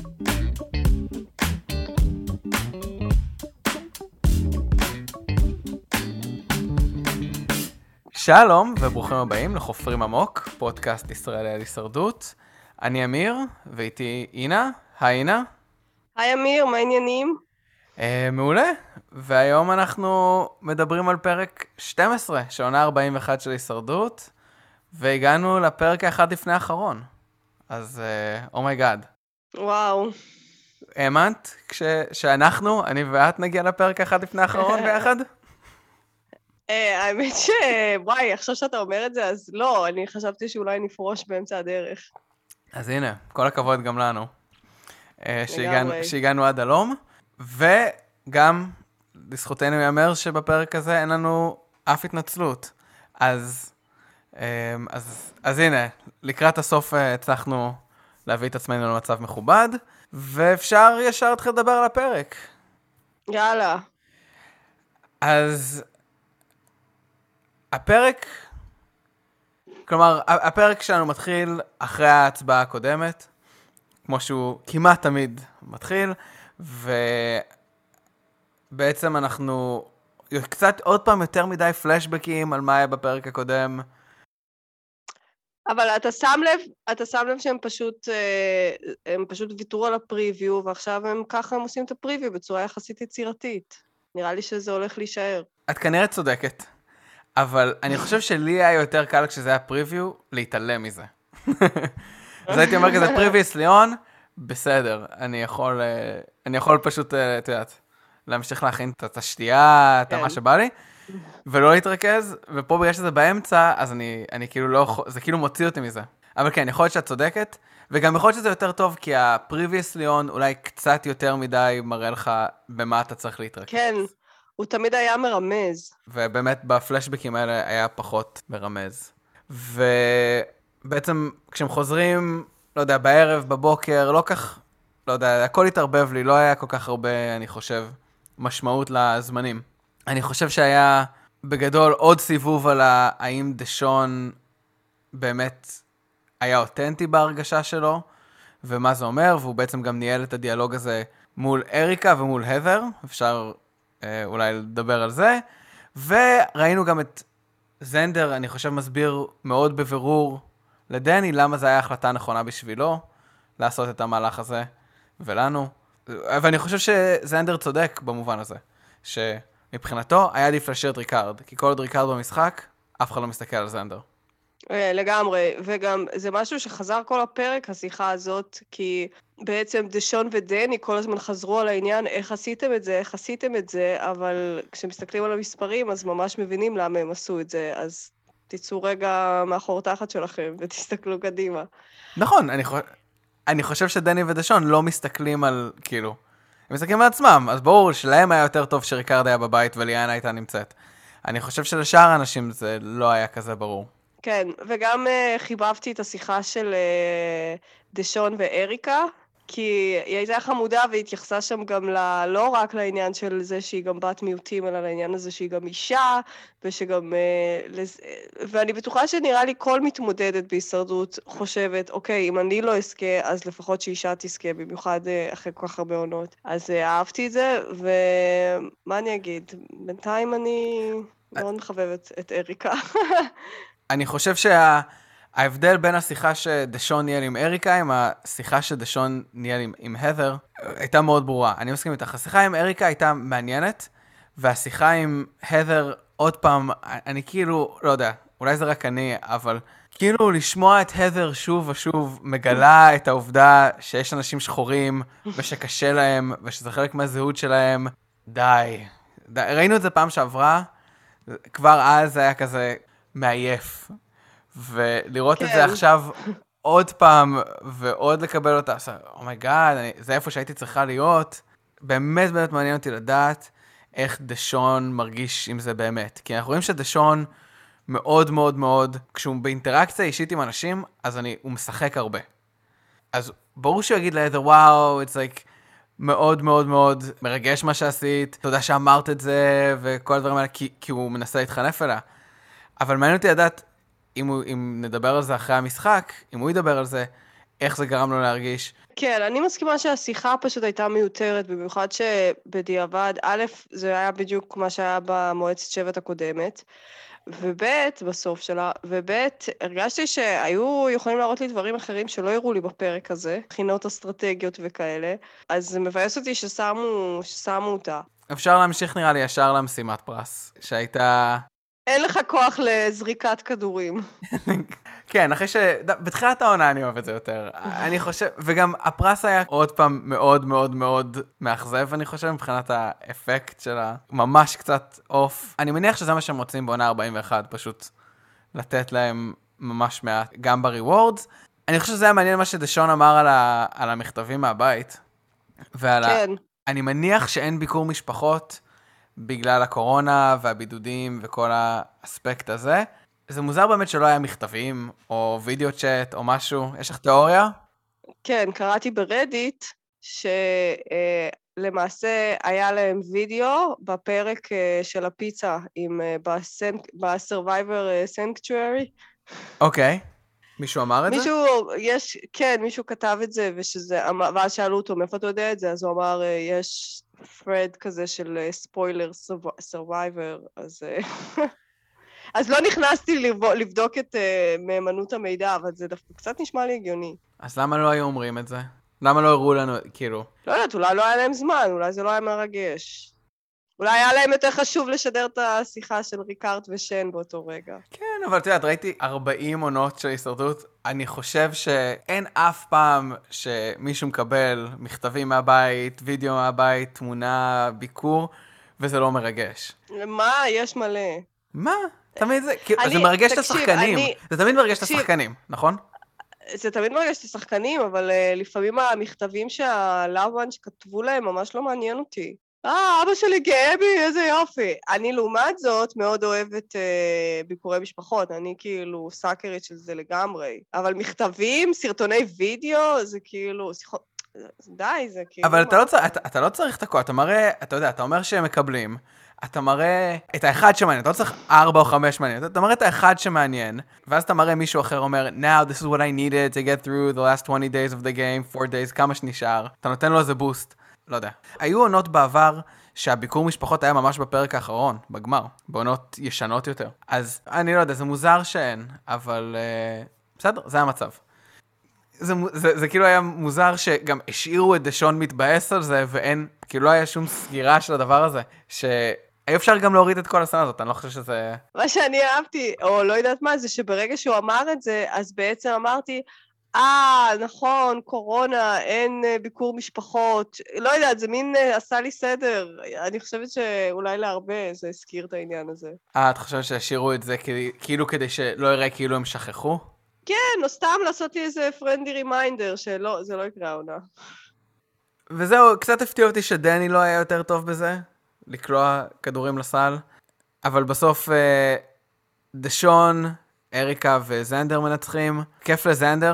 שלום וברוכים הבאים לחופרים עמוק, פודקאסט ישראלי על הישרדות. אני אמיר ואיתי אינה. היי אינה. היי אמיר, מה העניינים? מעולה, והיום אנחנו מדברים על פרק 12, שעונה 41 של הישרדות, והגענו לפרק האחד לפני האחרון. אז אומייגאד. וואו. האמנת שאנחנו, אני ואת נגיע לפרק האחד לפני האחרון ביחד? האמת וואי, עכשיו שאתה אומר את זה, אז לא, אני חשבתי שאולי נפרוש באמצע הדרך. אז הנה, כל הכבוד גם לנו. שהגענו עד הלום, וגם לזכותנו יאמר שבפרק הזה אין לנו אף התנצלות. אז הנה, לקראת הסוף הצלחנו להביא את עצמנו למצב מכובד, ואפשר ישר להתחיל לדבר על הפרק. יאללה. אז הפרק, כלומר, הפרק שלנו מתחיל אחרי ההצבעה הקודמת, כמו שהוא כמעט תמיד מתחיל, ובעצם אנחנו קצת עוד פעם יותר מדי פלשבקים על מה היה בפרק הקודם. אבל אתה שם לב שהם פשוט ויתרו על הפריוויו, ועכשיו הם ככה הם עושים את הפריוויו בצורה יחסית יצירתית. נראה לי שזה הולך להישאר. את כנראה צודקת, אבל אני חושב שלי היה יותר קל כשזה היה פריוויו להתעלם מזה. אז הייתי אומר כזה פריוויוס ליאון, בסדר, אני יכול פשוט, את יודעת, להמשיך להכין את השתייה, את מה שבא לי, ולא להתרכז, ופה בגלל שזה באמצע, אז אני כאילו לא, זה כאילו מוציא אותי מזה. אבל כן, יכול להיות שאת צודקת, וגם יכול להיות שזה יותר טוב, כי הפריוויוס ליאון אולי קצת יותר מדי מראה לך במה אתה צריך להתרכז. כן, הוא תמיד היה מרמז. ובאמת בפלשבקים האלה היה פחות מרמז. ובעצם כשהם חוזרים, לא יודע, בערב, בבוקר, לא כך, לא יודע, הכל התערבב לי, לא היה כל כך הרבה, אני חושב, משמעות לזמנים. אני חושב שהיה בגדול עוד סיבוב על האם דשון באמת היה אותנטי בהרגשה שלו, ומה זה אומר, והוא בעצם גם ניהל את הדיאלוג הזה מול אריקה ומול הבר, אפשר אולי לדבר על זה, וראינו גם את זנדר, אני חושב מסביר מאוד בבירור לדני, למה זה היה החלטה נכונה בשבילו, לעשות את המהלך הזה, ולנו. ואני חושב שזנדר צודק במובן הזה, שמבחינתו היה עדיף להשאיר את ריקארד, כי כל עוד ריקארד במשחק, אף אחד לא מסתכל על זנדר. לגמרי, וגם זה משהו שחזר כל הפרק, השיחה הזאת, כי בעצם דשון ודני כל הזמן חזרו על העניין, איך עשיתם את זה, אבל כשמסתכלים על המספרים, אז ממש מבינים למה הם עשו את זה, אז תצאו רגע מאחור תחת שלכם, ותסתכלו קדימה. נכון, אני חושב שדני ודשון לא מסתכלים על, כאילו, הם מסתכלים על עצמם, אז ברור שלהם היה יותר טוב שריקארד היה בבית וליאנה הייתה נמצאת. אני חושב שלשאר האנשים זה לא היה כזה ברור. כן, וגם חיבבתי את השיחה של דשון ואריקה, כי היא הייתה חמודה והתייחסה שם גם לא רק לעניין של זה שהיא גם בת מיעוטים, אלא לעניין הזה שהיא גם אישה, ושגם, ואני בטוחה שנראה לי כל מתמודדת בהישרדות חושבת, אוקיי, אם אני לא אזכה, אז לפחות שאישה תזכה, במיוחד אחרי כל כך הרבה עונות. אז אהבתי את זה, ומה אני אגיד? בינתיים אני מאוד מחבבת את אריקה. אני חושב שההבדל בין השיחה שדשון ניהל עם אריקה, עם השיחה שדשון ניהל עם הבר, הייתה מאוד ברורה. אני מסכים איתך. השיחה עם אריקה הייתה מעניינת, והשיחה עם הבר, עוד פעם, אני כאילו, לא יודע, אולי זה רק אני, אבל כאילו לשמוע את הבר שוב ושוב מגלה את העובדה שיש אנשים שחורים, ושקשה להם, ושזה חלק מהזהות שלהם. די. ראינו את זה פעם שעברה, כבר אז היה כזה מעייף, ולראות את זה עכשיו עוד פעם, ועוד לקבל אותה, אומייגאד, זה איפה שהייתי צריכה להיות, באמת באמת מעניין אותי לדעת איך דשון מרגיש עם זה באמת, כי אנחנו רואים שדשון מאוד מאוד מאוד, כשהוא באינטראקציה אישית עם אנשים, אז הוא משחק הרבה. אז ברור שהוא יגיד להדר, וואו, it's like מאוד מאוד מאוד מרגש מה שעשית, תודה שאמרת את זה, וכל הדברים האלה, כי הוא מנסה להתחנף אליה. אבל מעניין אותי לדעת, אם נדבר על זה אחרי המשחק, אם הוא ידבר על זה, איך זה גרם לו להרגיש. כן, אני מסכימה שהשיחה פשוט הייתה מיותרת, במיוחד שבדיעבד, א', זה היה בדיוק מה שהיה במועצת שבט הקודמת, וב', בסוף שלה, וב', הרגשתי שהיו יכולים להראות לי דברים אחרים שלא הראו לי בפרק הזה, בחינות אסטרטגיות וכאלה, אז זה מבאס אותי ששמו אותה. אפשר להמשיך נראה לי ישר למשימת פרס, שהייתה... אין לך כוח לזריקת כדורים. כן, אחרי בתחילת העונה אני אוהב את זה יותר. אני חושב, וגם הפרס היה עוד פעם מאוד מאוד מאוד מאכזב, אני חושב, מבחינת האפקט שלה. ממש קצת אוף. אני מניח שזה מה שהם רוצים בעונה 41, פשוט לתת להם ממש מעט, גם בריוורדס. אני חושב שזה היה מעניין מה שדשון אמר על המכתבים מהבית. כן. אני מניח שאין ביקור משפחות בגלל הקורונה והבידודים וכל האספקט הזה. זה מוזר באמת שלא היה מכתבים, או וידאו צ'אט, או משהו. יש לך תיאוריה? כן, קראתי ברדיט, שלמעשה היה להם וידאו בפרק של הפיצה, ב-Survivor Sanctuary. אוקיי. מישהו אמר את זה? מישהו כתב את זה, ואז שאלו אותו, מאיפה אתה יודע את זה? אז הוא אמר, יש thread כזה של ספוילר Survivor, אז לא נכנסתי לבדוק את מהימנות המידע, אבל זה דווקא קצת נשמע לי הגיוני. אז למה לא היו אומרים את זה? למה לא הראו לנו, כאילו? לא יודעת, אולי לא היה להם זמן, אולי זה לא היה מרגש. אולי היה להם יותר חשוב לשדר את השיחה של ריקארט ושן באותו רגע. כן, אבל את יודעת, ראיתי 40 עונות של הישרדות. אני חושב שאין אף פעם שמישהו מקבל מכתבים מהבית, וידאו מהבית, תמונה, ביקור, וזה לא מרגש. מה? יש מלא. מה? תמיד זה, זה מרגש את השחקנים. זה תמיד מרגש את השחקנים, נכון? זה תמיד מרגש את השחקנים, אבל לפעמים המכתבים שהלאבן שכתבו להם ממש לא מעניין אותי. אבא שלי גאה בי, איזה יופי. אני לעומת זאת מאוד אוהבת ביקורי משפחות, אני כאילו סאקרית של זה לגמרי. אבל מכתבים, סרטוני וידאו, זה כאילו, די, זה כאילו... אבל אתה לא צריך את הכל, אתה מראה, אתה יודע, אתה אומר שהם מקבלים, אתה מראה את האחד שמעניין, אתה לא צריך 4 או 5 מעניין, אתה מראה את האחד שמעניין, ואז אתה מראה מישהו אחר אומר, now this is what I needed to get through the last 20 days of the game, 4 days, כמה שנשאר, אתה נותן לו איזה בוסט, לא יודע. היו עונות בעבר שהביקור משפחות היה ממש בפרק האחרון, בגמר, בעונות ישנות יותר. אז אני לא יודע, זה מוזר שאין, אבל בסדר, זה המצב. זה כאילו היה מוזר שגם השאירו את דשון מתבאס על זה, ואין, כאילו לא היה שום סגירה של הדבר הזה, שאי אפשר גם להוריד את כל הסצנה הזאת, אני לא חושב שזה... מה שאני אהבתי, או לא יודעת מה, זה שברגע שהוא אמר את זה, אז בעצם אמרתי, נכון, קורונה, אין ביקור משפחות, לא יודעת, זה מין עשה לי סדר, אני חושבת שאולי להרבה זה הזכיר את העניין הזה. את חושבת שהשאירו את זה כאילו כדי שלא יראה כאילו הם שכחו? כן, או סתם לעשות לי איזה פרנדי רימיינדר, שלא, זה לא יקרה העונה. וזהו, קצת הפתיע אותי שדני לא היה יותר טוב בזה, לקלוע כדורים לסל, אבל בסוף דשון, אריקה וזנדר מנצחים. כיף לזנדר,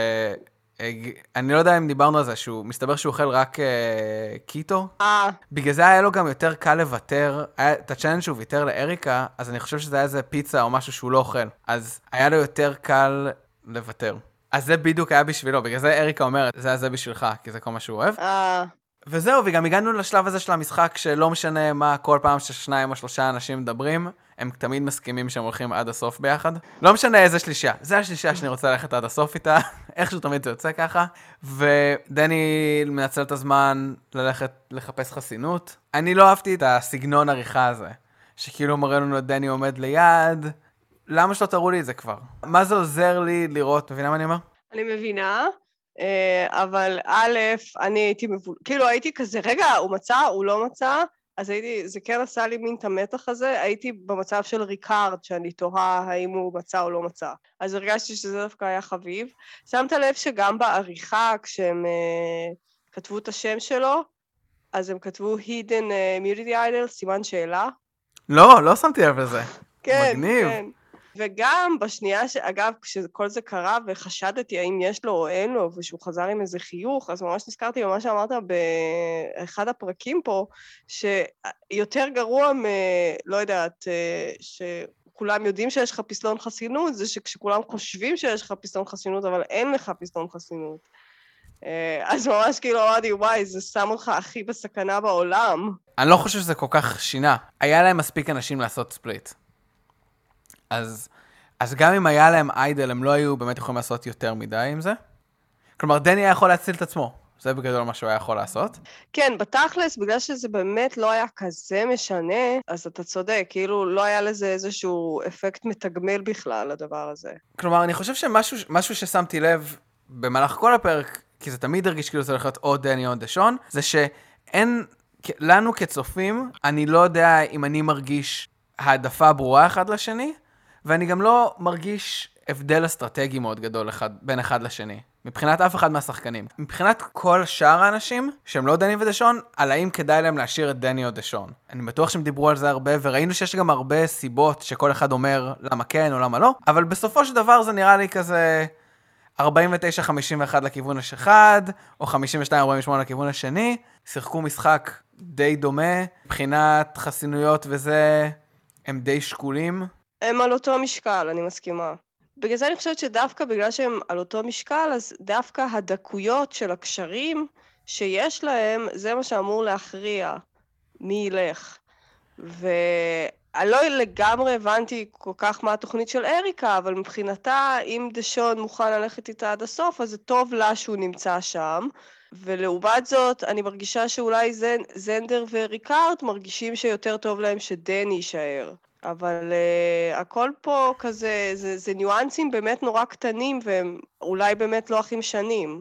אני לא יודע אם דיברנו על זה, שהוא מסתבר שהוא אוכל רק קיטו. בגלל זה היה לו גם יותר קל לוותר, את הצ'אלנג' שהוא ויתר לאריקה, אז אני חושב שזה היה איזה פיצה או משהו שהוא לא אוכל. אז היה לו יותר קל לוותר. אז זה בדיוק היה בשבילו, בגלל זה אריקה אומרת, זה היה זה בשבילך, כי זה כל מה שהוא אוהב. וזהו, וגם הגענו לשלב הזה של המשחק, שלא משנה מה, כל פעם ששניים או 3 אנשים מדברים, הם תמיד מסכימים שהם הולכים עד הסוף ביחד. לא משנה איזה שלישייה, זה השלישייה שאני רוצה ללכת עד הסוף איתה, איכשהו תמיד זה יוצא ככה, ודני מנצל את הזמן ללכת לחפש חסינות. אני לא אהבתי את הסגנון עריכה הזה, שכאילו מראה לנו את דני עומד ליד, למה שלא תראו לי את זה כבר? מה זה עוזר לי לראות, מבינה מה אני אומר? אני מבינה. אבל א', אני הייתי כאילו הייתי כזה, רגע, הוא מצא, הוא לא מצא, אז זה כן עשה לי מין את המתח הזה, הייתי במצב של ריקארד, שאני תוהה האם הוא מצא או לא מצא. אז הרגשתי שזה דווקא היה חביב. שמת לב שגם בעריכה, כשהם כתבו את השם שלו, אז הם כתבו Hidden Immunity Idol, סימן שאלה. לא שמתי לב לזה. כן, מגניב. כן. וגם בשנייה, אגב, כשכל זה קרה וחשדתי האם יש לו או אין לו, ושהוא חזר עם איזה חיוך, אז ממש נזכרתי במה שאמרת באחד הפרקים פה, שיותר גרוע לא יודעת, שהוא שכולם יודעים שיש לך פסלון חסינות, זה שכשכולם חושבים שיש לך פסלון חסינות, אבל אין לך פסלון חסינות. אז ממש כאילו אמרתי, וואי, זה שם אותך הכי בסכנה בעולם. אני לא חושב שזה כל כך שינה. היה להם מספיק אנשים לעשות ספליט. אז גם אם היה להם איידל, הם לא היו באמת יכולים לעשות יותר מדי עם זה. כלומר, דני היה יכול להציל את עצמו. זה בגדול מה שהוא היה יכול לעשות. כן, בתכלס, בגלל שזה באמת לא היה כזה משנה, אז אתה צודק, כאילו לא היה לזה איזשהו אפקט מתגמל בכלל, הדבר הזה. כלומר, אני חושב שמשהו ששמתי לב במהלך כל הפרק, כי זה תמיד הרגיש כאילו זה הולך להיות או דני או דשון, זה שאין, לנו כצופים, אני לא יודע אם אני מרגיש העדפה ברורה אחד לשני, ואני גם לא מרגיש הבדל אסטרטגי מאוד גדול בין אחד לשני. מבחינת אף אחד מהשחקנים. מבחינת כל שאר האנשים, שהם לא דני ודשון, על האם כדאי להם להשאיר את דני או דשון. אני בטוח שהם דיברו על זה הרבה, וראינו שיש גם הרבה סיבות שכל אחד אומר למה כן או למה לא, אבל בסופו של דבר זה נראה לי כזה 49-51 לכיוון אחד, או 52-48 לכיוון השני. שיחקו משחק די דומה, מבחינת חסינויות וזה, הם די שקולים. הם על אותו משקל, אני מסכימה. בגלל זה אני חושבת שדווקא בגלל שהם על אותו משקל, אז דווקא הדקויות של הקשרים שיש להם, זה מה שאמור להכריע מי ילך. ואני לא לגמרי הבנתי כל כך מה התוכנית של אריקה, אבל מבחינתה, אם דשון מוכן ללכת איתה עד הסוף, אז זה טוב לה שהוא נמצא שם. ולעומת זאת, אני מרגישה שאולי זנדר וריקארד מרגישים שיותר טוב להם שדני יישאר. אבל הכל פה כזה, זה ניואנסים באמת נורא קטנים, והם אולי באמת לא הכי משנים.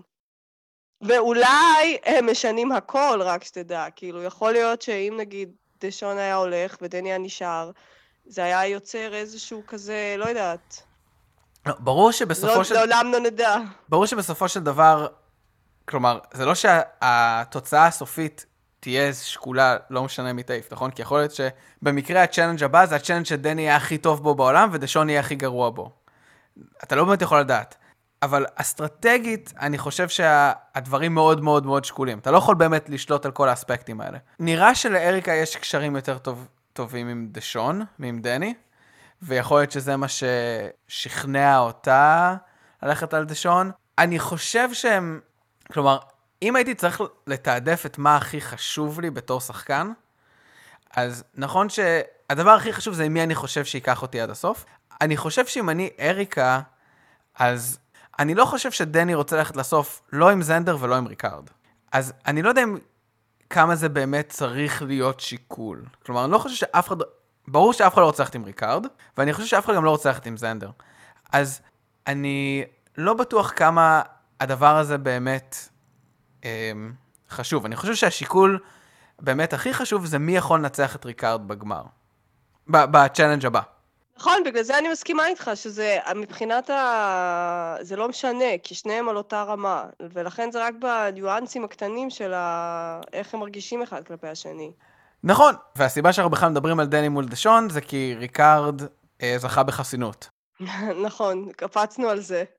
ואולי הם משנים הכל, רק שתדע. כאילו, יכול להיות שאם נגיד דשון היה הולך ודני היה נשאר, זה היה יוצר איזשהו כזה, לא יודעת. לא, ברור שבסופו של... לעולם לא נדע. ברור שבסופו של דבר, כלומר, זה לא שהתוצאה הסופית תהיה שקולה, לא משנה מי תעיף, נכון? כי יכול להיות שבמקרה הצ'אלנג' הבא זה הצ'אלנג' שדני יהיה הכי טוב בו בעולם, ודשון יהיה הכי גרוע בו. אתה לא באמת יכול לדעת. אבל אסטרטגית, אני חושב שהדברים מאוד מאוד מאוד שקולים. אתה לא יכול באמת לשלוט על כל האספקטים האלה. נראה שלאריקה יש קשרים יותר טובים עם דשון, עם דני, ויכול להיות שזה מה ששכנע אותה ללכת על דשון. אני חושב שהם, כלומר, אם הייתי צריך לתעדף את מה הכי חשוב לי בתור שחקן, אז נכון שהדבר הכי חשוב זה מי אני חושב שיקח אותי עד הסוף. אני חושב שאם אני אריקה, אז אני לא חושב שדני רוצה ללכת לסוף, לא עם זנדר ולא עם ריקארד. אז אני לא יודע כמה זה באמת צריך להיות שיקול. כלומר, אני לא חושב שאף אחד, ברור שאף אחד לא רוצה ללכת עם ריקארד, ואני חושב שאף אחד גם לא רוצה ללכת עם זנדר. אז אני לא בטוח כמה הדבר הזה באמת חשוב. אני חושב שהשיקול באמת הכי חשוב זה מי יכול לנצח את ריקארד בגמר. בצ'אלנג' הבא. נכון, בגלל זה אני מסכימה איתך, שזה מבחינת זה לא משנה, כי שניהם על אותה רמה, ולכן זה רק בניואנסים הקטנים של איך הם מרגישים אחד כלפי השני. נכון, והסיבה שאנחנו בכלל מדברים על דני מול דשון, זה כי ריקארד זכה בחסינות. נכון, קפצנו על זה.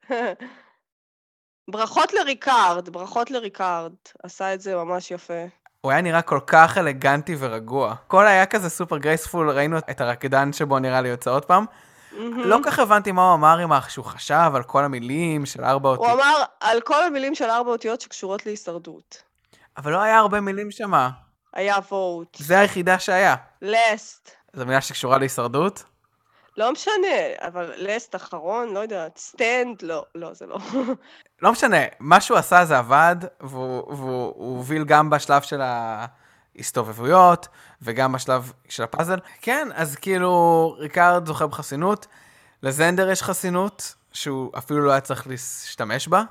ברכות לריקארד, עשה את זה ממש יפה. הוא היה נראה כל כך אלגנטי ורגוע. הכל היה כזה סופר גרייספול, ראינו את הרקדן שבו נראה לי יוצא עוד פעם. לא כך הבנתי מה הוא אמר עם שהוא חשב על כל המילים של 4 אותיות. הוא אמר על כל המילים של 4 אותיות שקשורות להישרדות. אבל לא היה הרבה מילים שמה. היה vote. זה היחידה שהיה. last. זו מילה שקשורה להישרדות? לא משנה, אבל last אחרון, לא יודעת. stand, לא, זה לא. לא משנה, מה שהוא עשה זה עבד, והוא הוביל גם בשלב של ההסתובבויות, וגם בשלב של הפאזל. כן, אז כאילו, ריקארד זוכה בחסינות, לזנדר יש חסינות, שהוא אפילו לא היה צריך להשתמש בה,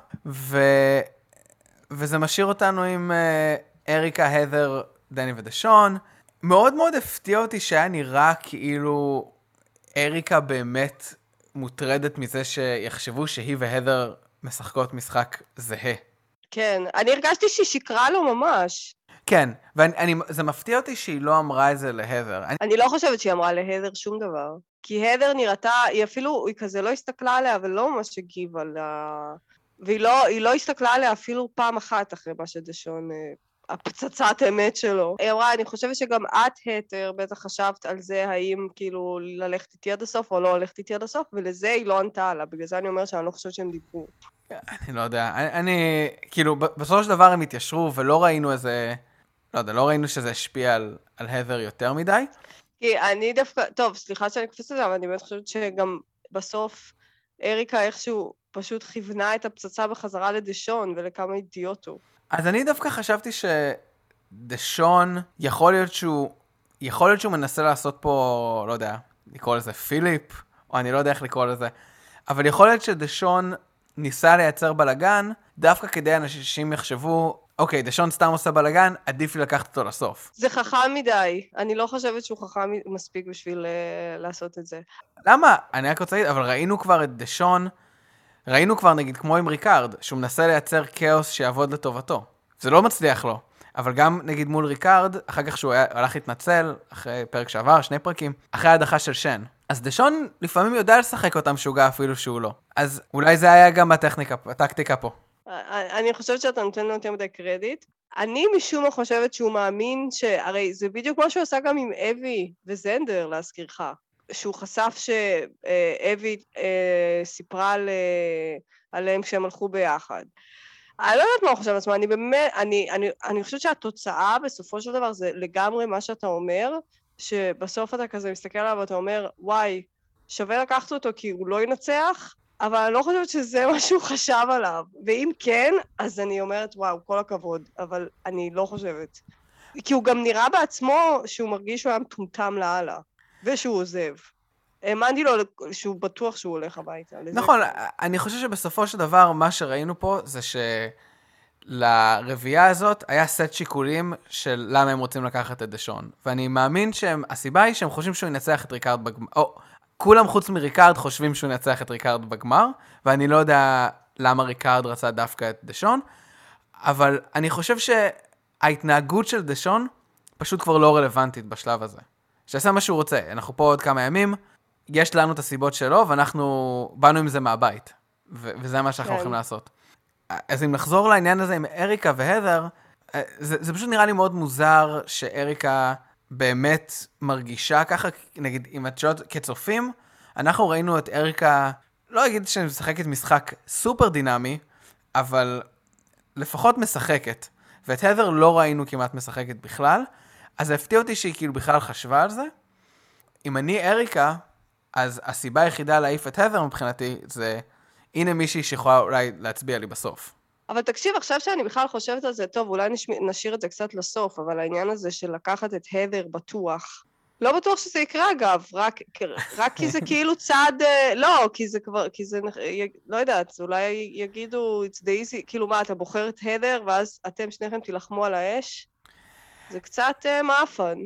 וזה משאיר אותנו עם אריקה, הדר, דני ודשון. מאוד מאוד הפתיע אותי שהיה נראה כאילו אריקה באמת מוטרדת מזה שיחשבו שהיא והדר משחקות משחק זהה. כן, אני הרגשתי שהיא שקרה לו ממש. כן, וזה מפתיע אותי שהיא לא אמרה את זה להדר. אני לא חושבת שהיא אמרה להדר שום דבר. כי הדר נראתה, היא כזה לא הסתכלה עליה, ולא ממש הגיבה לה... והיא לא הסתכלה עליה אפילו פעם אחת אחרי מה שדשון הפצצת אמת שלו. היא אמרה, אני חושבת שגם את, התר, בטח חשבת על זה, האם כאילו ללכת איתי עד הסוף או לא ללכת איתי עד הסוף, ולזה היא לא ענתה לה, בגלל זה אני אומרת שאני לא חושבת שהם דיברו. אני לא יודע, אני כאילו, בסופו של דבר הם התיישרו, ולא ראינו איזה, לא יודע, לא ראינו שזה השפיע על הדר יותר מדי. כי אני דווקא, טוב, סליחה שאני קופצת על זה, אבל אני באמת חושבת שגם בסוף אריקה איכשהו פשוט כיוונה את הפצצה בחזרה לדשון ולכמה אידיוט הוא. אז אני דווקא חשבתי שדשון, יכול להיות שהוא מנסה לעשות פה, לא יודע, לקרוא לזה פיליפ, או אני לא יודע איך לקרוא לזה, אבל יכול להיות שדשון ניסה לייצר בלגן, דווקא כדי אנשים יחשבו, אוקיי, דשון סתם עושה בלגן, עדיף לי לקחת אותו לסוף. זה חכם מדי, אני לא חושבת שהוא חכם מספיק בשביל לעשות את זה. למה? אני רק רוצה להגיד, אבל ראינו כבר את דשון, ראינו כבר נגיד כמו עם ריקארד, שהוא מנסה לייצר כאוס שיעבוד לטובתו. זה לא מצליח לו, אבל גם נגיד מול ריקארד, אחר כך שהוא הלך להתנצל, אחרי פרק שעבר, 2 פרקים, אחרי ההדחה של שן. אז דשון לפעמים יודע לשחק אותם משוגע אפילו שהוא לא. אז אולי זה היה גם הטקטיקה פה. אני חושבת שאתה נותן לו יותר מדי קרדיט. אני משום מה חושבת שהוא מאמין שהרי זה בדיוק מה שהוא עשה גם עם אבי וזנדר, להזכירך. שהוא חשף שאבי סיפרה עליהם כשהם הלכו ביחד. אני לא יודעת מה הוא חושב לעצמה, אני חושבת שהתוצאה בסופו של דבר זה לגמרי מה שאתה אומר, שבסוף אתה כזה מסתכל עליו ואתה אומר, וואי, שווה לקחת אותו כי הוא לא ינצח, אבל אני לא חושבת שזה מה שהוא חשב עליו, ואם כן, אז אני אומרת, וואו, כל הכבוד, אבל אני לא חושבת. כי הוא גם נראה בעצמו שהוא מרגיש שהוא היה מטומטם להלאה, ושהוא עוזב. האמנתי לו שהוא בטוח שהוא הולך הביתה. נכון, אני חושב שבסופו של דבר מה שראינו פה זה שלרביעה הזאת היה סט שיקולים של למה הם רוצים לקחת את דשון. ואני מאמין שהסיבה היא שהם חושבים שהוא ינצח את ריקארד בגמר, או כולם חוץ מריקארד חושבים שהוא ינצח את ריקארד בגמר, ואני לא יודע למה ריקארד רצה דווקא את דשון, אבל אני חושב שההתנהגות של דשון פשוט כבר לא רלוונטית בשלב הזה. שעשה מה שהוא רוצה, אנחנו פה עוד כמה ימים, יש לנו את הסיבות שלו, ואנחנו באנו עם זה מהבית, וזה מה שאנחנו הולכים לעשות. אז אם נחזור לעניין הזה עם אריקה והדר, זה פשוט נראה לי מאוד מוזר שאריקה באמת מרגישה ככה, נגיד, אם את שואלת כצופים, אנחנו ראינו את אריקה, לא אגיד שאני משחקת משחק סופר דינמי, אבל לפחות משחקת, ואת הדר לא ראינו כמעט משחקת בכלל, אז הפתיע אותי שהיא כאילו בכלל חשבה על זה. אם אני אריקה, אז הסיבה היחידה להעיף את הדר מבחינתי, זה הנה מישהי שיכולה אולי להצביע לי בסוף. אבל תקשיב, עכשיו שאני בכלל חושבת על זה, טוב, אולי נשאיר את זה קצת לסוף, אבל העניין הזה של לקחת את הדר בטוח, לא בטוח שזה יקרה אגב, רק כי זה כאילו צעד, לא, כי זה כבר, לא יודעת, אולי יגידו, it's the easy, כאילו מה, אתה בוחר את הדר, ואז אתם שניכם תילחמו על האש? זה קצת מאפן.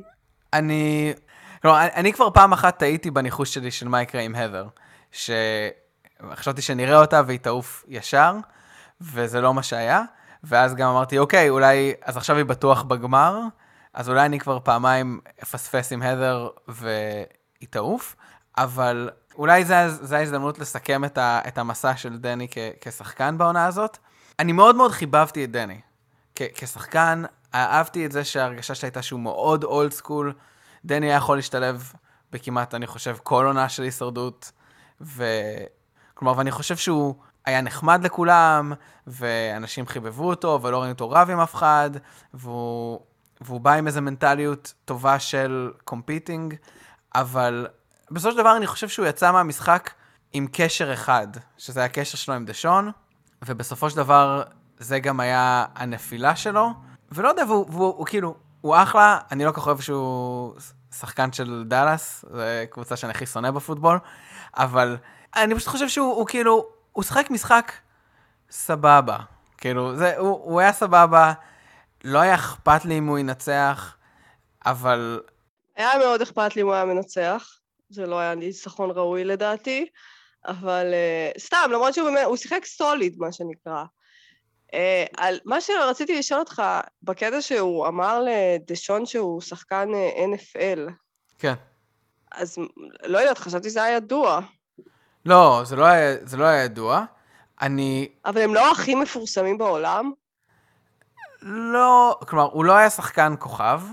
אני כבר פעם אחת טעיתי בניחוש שלי של מה יקרה עם הדר, שחשבתי שנראה אותה והיא תעוף ישר, וזה לא מה שהיה, ואז גם אמרתי, אוקיי, אולי, אז עכשיו היא בטוח בגמר, אז אולי אני כבר פעמיים אפספס עם הדר והיא תעוף, אבל אולי זה ההזדמנות לסכם את המסע של דני כשחקן בעונה הזאת. אני מאוד מאוד חיבבתי את דני. כשחקן, אהבתי את זה שההרגשה שלה הייתה שהוא מאוד אולד סקול, דני היה יכול להשתלב בכמעט, אני חושב, כל עונה של הישרדות, כלומר, ואני חושב שהוא היה נחמד לכולם, ואנשים חיבבו אותו, ולא ראינו אותו רב עם אף אחד, והוא בא עם איזו מנטליות טובה של קומפיטינג, אבל בסופו של דבר אני חושב שהוא יצא מהמשחק עם קשר אחד, שזה היה הקשר שלו עם דשון, ובסופו של דבר זה גם היה הנפילה שלו, ולא יודע, והוא כאילו, הוא אחלה, אני לא כל כך אוהב שהוא שחקן של דלס, זו קבוצה שאני הכי שונא בפוטבול, אבל אני פשוט חושב שהוא כאילו, הוא שחק משחק סבבה, כאילו, הוא היה סבבה, לא היה אכפת לי אם הוא ינצח, אבל היה מאוד אכפת לי אם הוא היה מנצח, זה לא היה ניצחון ראוי לדעתי, אבל סתם, למרות שהוא שיחק סוליד, מה שנקרא. על מה שרציתי לשאול אותך, בקטע שהוא אמר לדשון שהוא שחקן NFL. כן. אז לא יודעת, חשבתי שזה היה ידוע. לא, זה לא היה ידוע. אבל הם לא הכי מפורסמים בעולם? לא, כלומר, הוא לא היה שחקן כוכב,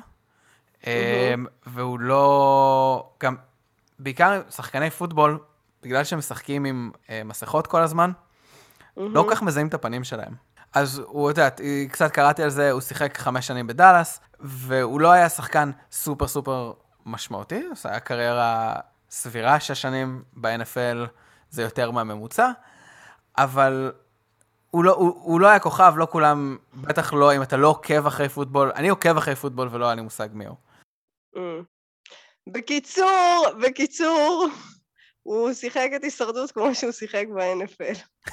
והוא לא, גם, בעיקר שחקני פוטבול, בגלל שהם משחקים עם מסכות כל הזמן, לא כל כך מזהים את הפנים שלהם. אז הוא, יודעת, קצת קראתי על זה, הוא שיחק 5 שנים בדלס, והוא לא היה שחקן סופר סופר משמעותי, זה היה קריירה סבירה, 6 שנים ב-NFL זה יותר מהממוצע, אבל הוא לא היה כוכב, לא כולם, בטח לא, אם אתה לא עוקב אחרי פוטבול, אני עוקב אחרי פוטבול ולא היה לי מושג מי הוא. בקיצור, הוא שיחק את הישרדות כמו שהוא שיחק ב-NFL.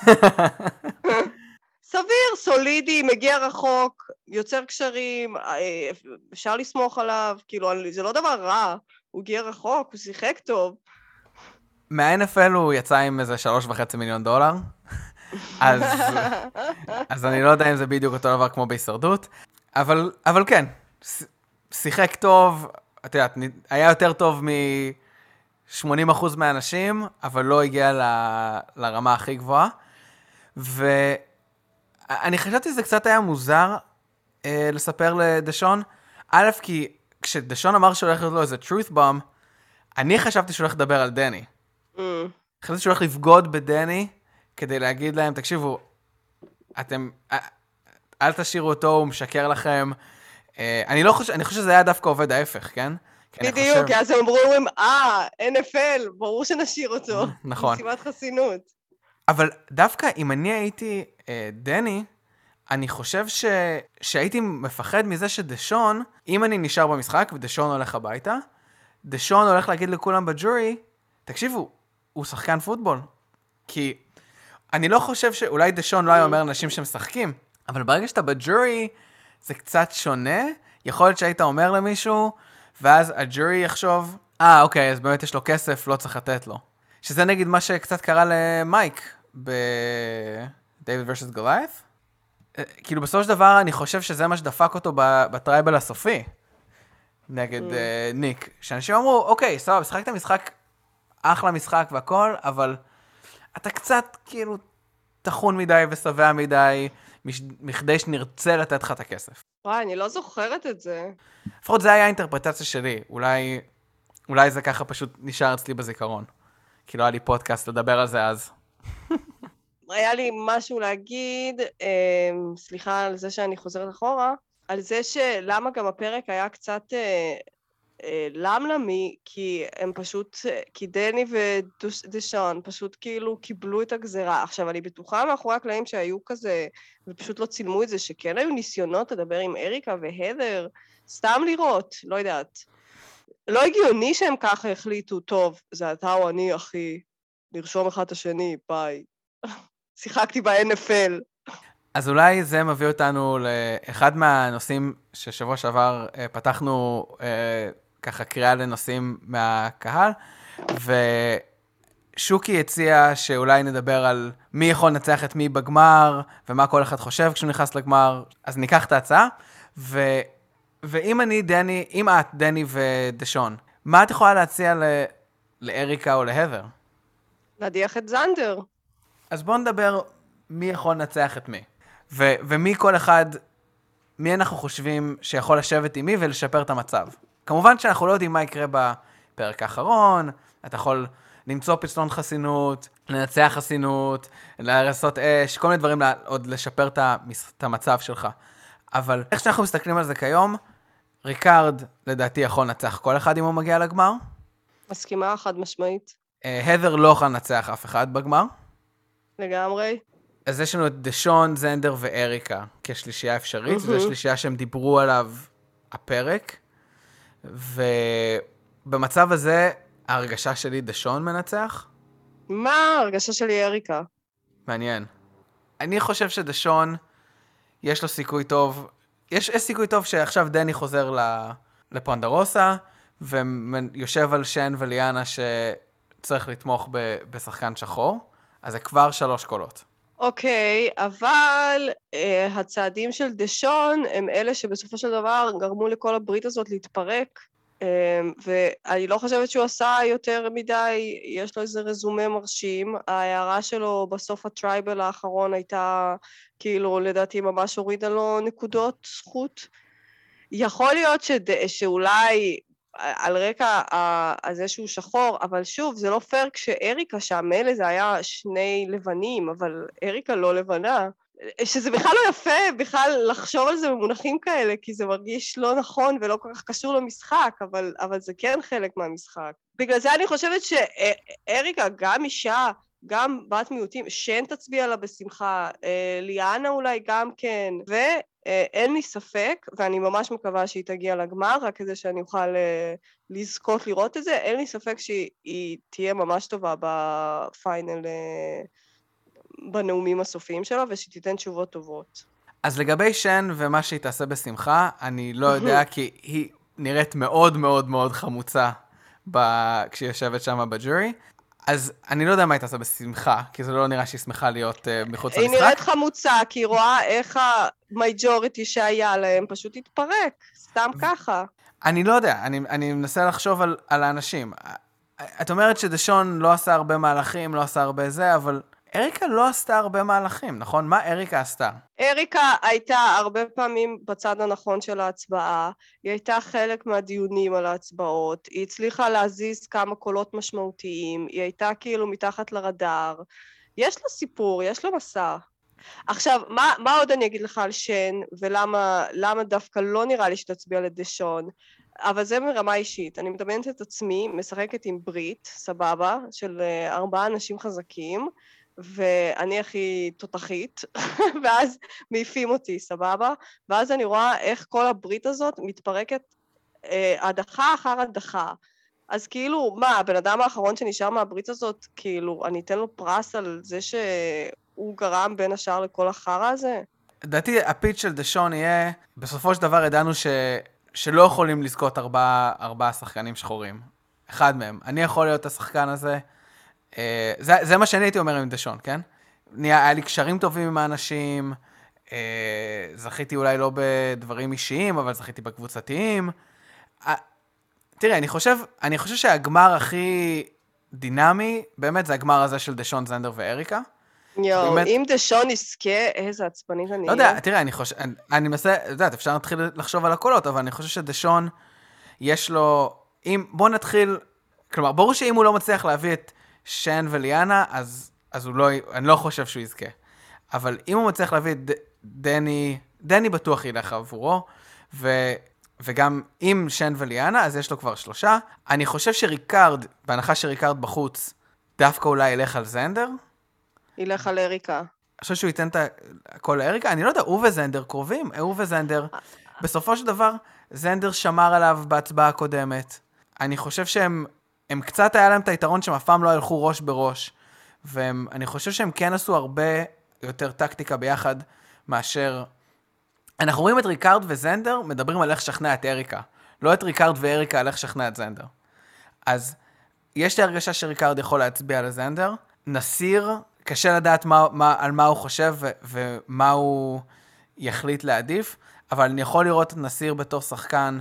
סביר, סולידי, מגיע רחוק, יוצר קשרים, אפשר לסמוך עליו, כאילו, זה לא דבר רע, הוא הגיע רחוק, הוא שיחק טוב. מה-NFL הוא יצא עם איזה $3.5 מיליון, אז אני לא יודע אם זה בדיוק אותו דבר כמו בהישרדות, אבל כן, שיחק טוב, אתה יודע, היה יותר טוב מ-80% מהאנשים, אבל לא הגיע לרמה הכי גבוהה, ואני חשבתי שזה קצת היה מוזר לספר לדשון, א', כי כשדשון אמר שהוא הולך להיות לו איזה truth bomb, אני חשבתי שהוא הולך לדבר על דני. חשבתי שהוא הולך לבגוד בדני, כדי להגיד להם, תקשיבו, אתם, אל תשאירו אותו, הוא משקר לכם. אני חושב שזה היה דווקא עובד ההפך, כן? בדיוק, אז הם אמרו, NFL, ברור שנשאיר אותו. נכון. מסיבת חסינות. אבל דווקא אם אני הייתי דני, אני חושב שהייתי מפחד מזה שדשון, אם אני נשאר במשחק ודשון הולך הביתה, דשון הולך להגיד לכולם בג'ורי, תקשיבו, הוא שחקן פוטבול. כי אני לא חושב שאולי דשון לא היה אומר אנשים שמשחקים, אבל ברגע שאתה בג'ורי, זה קצת שונה. יכול להיות שהיית אומר למישהו, ואז הג'ורי יחשוב, אוקיי, אז באמת יש לו כסף, לא צריך לתת לו. שזה נגיד מה שקצת קרה למייק, ב-David vs. Goliath. כאילו בסופו של דבר, אני חושב שזה מה שדפק אותו בטרייבל הסופי, נגד ניק. שאנשים אמרו, אוקיי, סבבה, משחקת משחק, אחלה משחק והכל, אבל אתה קצת כאילו תחון מדי וסבע מדי, מכדי שנרצה לתת לך את הכסף. וואי, אני לא זוכרת את זה. לפחות זה היה האינטרפרטציה שלי. אולי זה ככה פשוט נשאר אצלי בזיכרון. כי לא היה לי פודקאסט לדבר על זה אז. היה לי משהו להגיד, סליחה על זה שאני חוזרת אחורה, על זה שלמה גם הפרק היה קצת למלמי, כי הם פשוט, כי דני ודשון פשוט כאילו קיבלו את הגזרה. עכשיו, אני בטוחה מאחורי הקלעים שהיו כזה, ופשוט לא צילמו את זה, שכן היו ניסיונות לדבר עם אריקה והדר, סתם לראות, לא יודעת. לא הגיוני שהם ככה החליטו, טוב, זה אתה או אני, אחי, לרשום אחד את השני, ביי. שיחקתי ב-NFL. אז אולי זה מביא אותנו לאחד מהנושאים ששבוע שעבר פתחנו ככה קריאה לנושאים מהקהל, ושוקי הציע שאולי נדבר על מי יכול לנצח את מי בגמר, ומה כל אחד חושב כשהוא נכנס לגמר. אז ניקח את ההצעה, ואם אם את, דני ודשון, מה את יכולה להציע לאריקה או להבר? להדיח את זנדר. אז בואו נדבר מי יכול לנצח את מי. ומי כל אחד, מי אנחנו חושבים שיכול לשבת עם מי ולשפר את המצב. כמובן שאנחנו לא יודעים מה יקרה בפרק האחרון, אתה יכול למצוא פצלון חסינות, לנצח חסינות, לעשות אש, כל מיני דברים עוד לשפר את המצב שלך. אבל איך שאנחנו מסתכלים על זה כיום, ריקארד לדעתי יכול לנצח כל אחד אם הוא מגיע לגמר. מסכימה חד משמעית. הדר לא יכול לנצח אף אחד בגמר. לגמרי. אז יש לנו את דשון, זנדר ואריקה כשלישייה אפשרית, זו שלישייה שהם דיברו עליו הפרק, ובמצב הזה ההרגשה שלי דשון מנצח. מה ההרגשה שלי אריקה? מעניין. אני חושב שדשון יש לו סיכוי טוב, יש סיכוי טוב שעכשיו דני חוזר לפונדרוסה, ויושב על שן וליאנה שצריך לתמוך בשחקן שחור, אז זה כבר 3 קולות. אוקיי, אבל הצעדים של דשון הם אלה שבסופו של דבר גרמו לכל הברית הזאת להתפרק. ואני לא חושבת שהוא עשה יותר מדי, יש לו איזה רזומה מרשים. ההערה שלו בסוף הטרייבל האחרון הייתה, כאילו, לדעתי ממש הורידה לו נקודות זכות. יכול להיות שאולי על רקע הזה שהוא שחור, אבל שוב, זה לא פייר כשאריקה שם, מילא זה היה שני לבנים, אבל אריקה לא לבנה. שזה בכלל לא יפה, בכלל לחשוב על זה במונחים כאלה, כי זה מרגיש לא נכון ולא כל כך קשור למשחק, אבל זה כן חלק מהמשחק. בגלל זה אני חושבת שאריקה, גם אישה, גם בת מיעוטים, שן תצביע לה בשמחה, ליאנה אולי גם כן, ואין לי ספק, ואני ממש מקווה שהיא תגיע לגמר, רק כדי שאני אוכל לזכות לראות את זה, אין לי ספק שהיא תהיה ממש טובה בפיינל, בנאומים הסופיים שלו, ושתיתן תשובות טובות. אז לגבי שן ומה שהיא תעשה בשמחה, אני לא יודע, כי היא נראית מאוד מאוד מאוד חמוצה כשהיא יושבת שם בג'ורי, אז אני לא יודע מה היא תעשה בשמחה, כי זה לא נראה שהיא שמחה להיות מחוץ למשחק. היא נראית חמוצה, כי היא רואה איך המייג'וריטי שהיה להם פשוט התפרק, סתם ככה. אני לא יודע, אני מנסה לחשוב על האנשים. את אומרת שדשון לא עשה הרבה מהלכים, לא עשה הרבה זה, אבל אריקה לא עשתה הרבה מהלכים, נכון? מה אריקה עשתה? אריקה הייתה הרבה פעמים בצד הנכון של ההצבעה, היא הייתה חלק מהדיונים על ההצבעות, היא הצליחה להזיז כמה קולות משמעותיים, היא הייתה כאילו מתחת לרדאר, יש לו סיפור, יש לו מסע. עכשיו, מה עוד אני אגיד לך על שן, ולמה דווקא לא נראה לי שתצביע לדשון, אבל זה מרמה אישית. אני מדמיינת את עצמי, משחקת עם ברית, סבבה, של 4 אנשים חזקים, ואני הכי תותחית, ואז מעיפים אותי, סבבה? ואז אני רואה איך כל הברית הזאת מתפרקת הדחה אחר הדחה. אז כאילו, מה, הבן אדם האחרון שנשאר מהברית הזאת, כאילו, אני אתן לו פרס על זה שהוא גרם בין השאר לכל החרא הזה? לדעתי, הפיץ של דשון יהיה, בסופו של דבר ידענו שלא יכולים לזכות 4 שחקנים שחורים. אחד מהם. אני יכול להיות השחקן הזה. זה מה שאני הייתי אומר עם דשון, כן? היה לי קשרים טובים עם האנשים, זכיתי אולי לא בדברים אישיים, אבל זכיתי בקבוצתיים. תראה, אני חושב שהגמר הכי דינמי, באמת זה הגמר הזה של דשון, זנדר ואריקה. אם דשון יזכה, איזה עצבנית אני... לא יודע, תראה, אני מנסה, יודעת, אפשר להתחיל לחשוב על הקולות, אבל אני חושב שדשון, יש לו, בוא נתחיל, כלומר, ברור שאם הוא לא מצליח להביא את שן וליאנה, אז אני לא חושב שהוא יזכה. אבל אם הוא מצליח להביא את דני בטוח ילך עבורו, וגם עם שן וליאנה, אז יש לו כבר 3. אני חושב שריקארד, בהנחה שריקארד בחוץ, דווקא אולי ילך על זנדר. ילך על אריקה. אני חושב שהוא ייתן את הכל לאריקה. אני לא יודע, הוא וזנדר קרובים. הוא וזנדר. בסופו של דבר, זנדר שמר עליו בהצבעה הקודמת. אני חושב שהם קצת היה להם את היתרון שהם אף פעם לא הלכו ראש בראש. ואני חושב שהם כן עשו הרבה יותר טקטיקה ביחד מאשר... אנחנו רואים את ריקארד וזנדר מדברים על איך שכנע את אריקה. לא את ריקארד ואריקה על איך שכנע את זנדר. אז יש לי הרגשה שריקארד יכול להצביע לזנדר. נסיר, קשה לדעת על מה הוא חושב ומה הוא יחליט להעדיף, אבל אני יכול לראות את נסיר בתור שחקן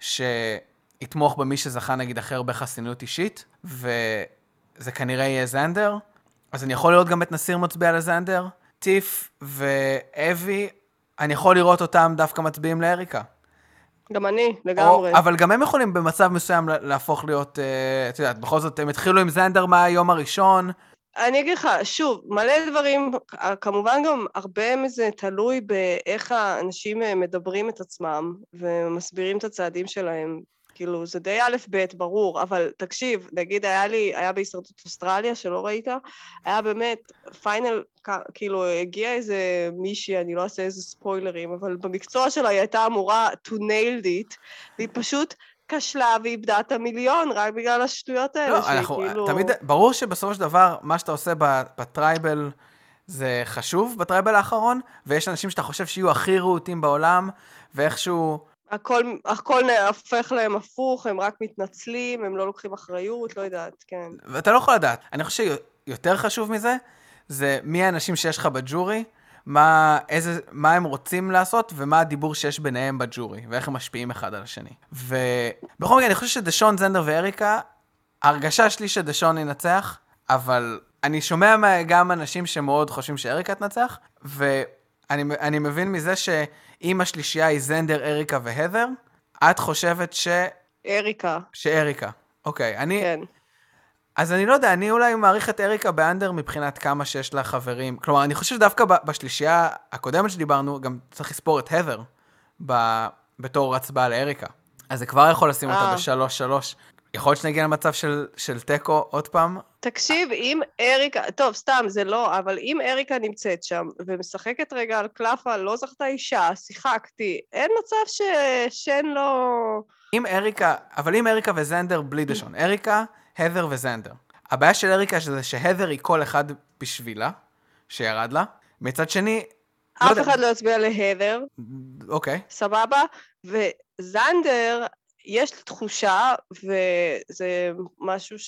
שיתמוך במי שזכה נגיד אחר בחסינות אישית, וזה כנראה יהיה זנדר. אז אני יכול לראות גם את נסיר מצביע לזנדר. טיף ואבי, אני יכול לראות אותם דווקא מצביעים לאריקה. גם אני, לגמרי. אבל גם הם יכולים במצב מסוים להפוך להיות, את יודעת, בכל זאת הם התחילו עם זנדר מהיום הראשון. אני אגיד לך, שוב, מלא דברים, כמובן גם הרבה מזה תלוי באיך האנשים מדברים את עצמם ומסבירים את הצעדים שלהם. כאילו, זה די א' ב' ברור, אבל תקשיב, נגיד היה בהישרדות אוסטרליה שלא ראית, היה באמת פיינל, כאילו, הגיע איזה מישהי, אני לא אעשה איזה ספוילרים, אבל במקצוע שלה היא הייתה אמורה to nailed it, והיא פשוט כשלה ואיבדה את המיליון, רק בגלל השטויות האלה. לא, אנחנו, תמיד, ברור שבסופו של דבר, מה שאתה עושה בטרייבל, זה חשוב בטרייבל האחרון, ויש אנשים שאתה חושב שיהיו הכי רהוטים בעולם, ואיכשהו... הכל הופך להם הפוך, הם רק מתנצלים, הם לא לוקחים אחריות, לא יודעת, כן. ואתה לא יכול לדעת. אני חושב שיותר חשוב מזה, זה מי האנשים שיש לך בג'ורי, מה הם רוצים לעשות, ומה הדיבור שיש ביניהם בג'ורי, ואיך הם משפיעים אחד על השני. ובכל מקרה, אני חושב שדשון, זנדר ואריקה, ההרגשה שלי שדשון ינצח, אבל אני שומע גם אנשים שמאוד חושבים שאריקה תנצח, ואני מבין מזה שאם השלישייה היא זנדר, אריקה והת'ר, את חושבת אריקה. שאריקה. אוקיי, כן. אז אני לא יודע, אני אולי מעריך את אריקה באנדר מבחינת כמה שיש לה חברים. כלומר, אני חושב שדווקא בשלישייה הקודמת שדיברנו, גם צריך לספור את הת'ר בתור הצבעה לאריקה. אז זה כבר יכול לשים אותה ב3-3. יכול להיות שנגיע למצב של טקו עוד פעם? תקשיב, אם אריקה, טוב, סתם, זה לא, אבל אם אריקה נמצאת שם, ומשחקת רגע על קלפה, לא זכתה אישה, שיחקתי, אין מצב ששן לא... אבל אם אריקה וזנדר בלי דשון, אריקה, הת'ר וזנדר. הבעיה של אריקה זה שהת'ר היא כל אחד בשבילה, שירד לה. מצד שני... אף אחד לא יצביע להת'ר. אוקיי. סבבה? וזנדר, יש לי תחושה, וזה משהו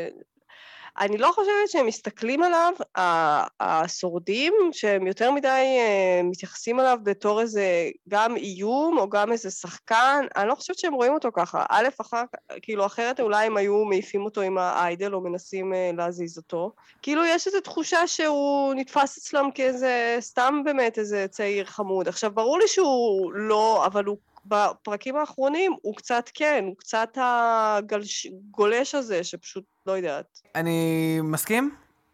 אני לא חושבת שהם מסתכלים עליו, השורדים, שהם יותר מדי מתייחסים עליו בתור איזה גם איום, או גם איזה שחקן, אני לא חושבת שהם רואים אותו ככה. א', כאילו אחרת אולי הם היו מעיפים אותו עם האיידל, או מנסים להזיז אותו. כאילו יש איזו תחושה שהוא נתפס אצלם כאיזה, סתם באמת איזה צעיר חמוד. עכשיו, ברור לי שהוא לא, אבל הוא בפרקים האחרונים הוא קצת כן, הוא קצת הגולש הזה, שפשוט לא יודעת. אני מסכים,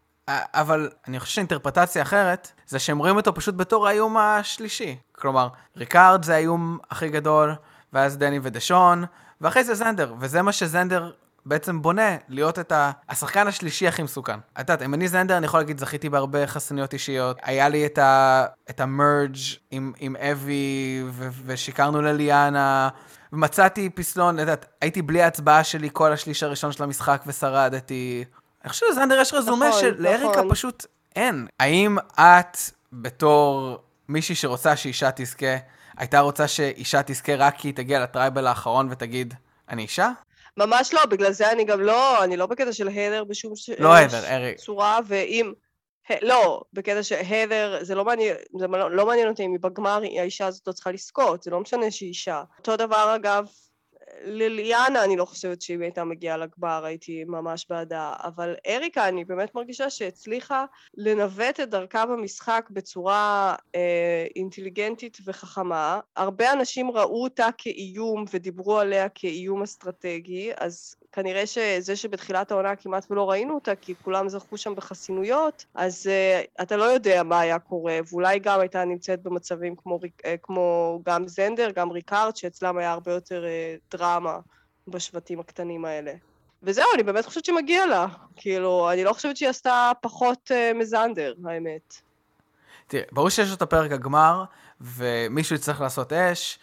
אבל אני חושב שהאינטרפרטציה אחרת, זה שהם רואים אותו פשוט בתור האיום השלישי. כלומר, ריקארד זה האיום הכי גדול, ואז דני ודשון, ואחרי זה זנדר, וזה מה שזנדר בעצם בונה, להיות את השחקן השלישי הכי מסוכן. את יודעת, אם אני זנדר, אני יכול להגיד, זכיתי בהרבה חסניות אישיות, היה לי את המרג' עם אבי, ושיקרנו לליאנה, ומצאתי פסלון, יודעת, הייתי בלי ההצבעה שלי כל השליש הראשון של המשחק, ושרדתי. אני חושב שזנדר יש רזומה שלאריקה פשוט אין. האם את, בתור מישהי שרוצה שאישה תזכה, הייתה רוצה שאישה תזכה רק כי היא תגיע לטרייבל האחרון ותגיד, אני אישה? ממש לא, בגלל זה אני גם לא, אני לא בקטע של הת'ר בשום צורה, ואם, לא, בקטע של הת'ר, זה לא מעניין אותי אם היא בגמר, האישה הזאת לא צריכה לזכות, זה לא משנה שהיא אישה. אותו דבר אגב, ליאנה אני לא חושבת שהיא הייתה מגיעה לגמר, הייתי ממש בעדה, אבל אריקה אני באמת מרגישה שהצליחה לנווט את דרכה במשחק בצורה אינטליגנטית וחכמה. הרבה אנשים ראו אותה כאיום ודיברו עליה כאיום אסטרטגי, אז כנראה שזה שבתחילת העונה כמעט ולא ראינו אותה, כי כולם זכו שם בחסינויות, אז אתה לא יודע מה היה קורה, ואולי גם הייתה נמצאת במצבים כמו גם זנדר, גם ריקארד, שאצלם היה הרבה יותר דרמה בשבטים הקטנים האלה. וזהו, אני באמת חושבת שמגיע לה. כאילו, אני לא חושבת שהיא עשתה פחות מזנדר, האמת. תראה, ברור שיש את הפרק הגמר, ומישהו יצטרך לעשות אש,